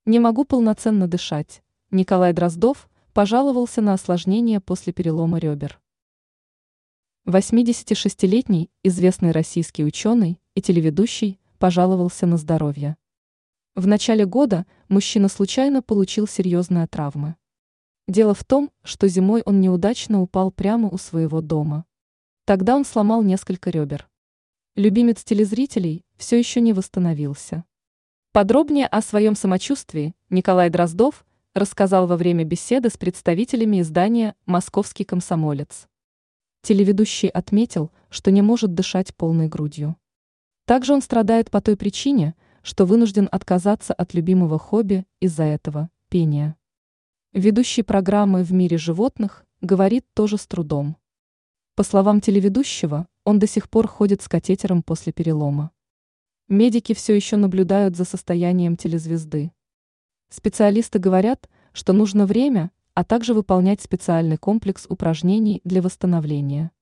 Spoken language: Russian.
Не могу полноценно дышать. Николай Дроздов пожаловался на осложнения после перелома ребер. 86-летний известный российский ученый и телеведущий пожаловался на здоровье. В начале года мужчина случайно получил серьезные травмы. Дело в том, что зимой он неудачно упал прямо у своего дома. Тогда он сломал несколько ребер. Любимец телезрителей все еще не восстановился. Подробнее о своем самочувствии Николай Дроздов рассказал во время беседы с представителями издания «Московский комсомолец». Телеведущий отметил, что не может дышать полной грудью. Также он страдает по той причине, что вынужден отказаться от любимого хобби из-за этого – пения. Ведущий программы «В мире животных» говорит тоже с трудом. По словам телеведущего, он до сих пор ходит с катетером после перелома. Медики все еще наблюдают за состоянием телезвезды. Специалисты говорят, что нужно время, а также выполнять специальный комплекс упражнений для восстановления.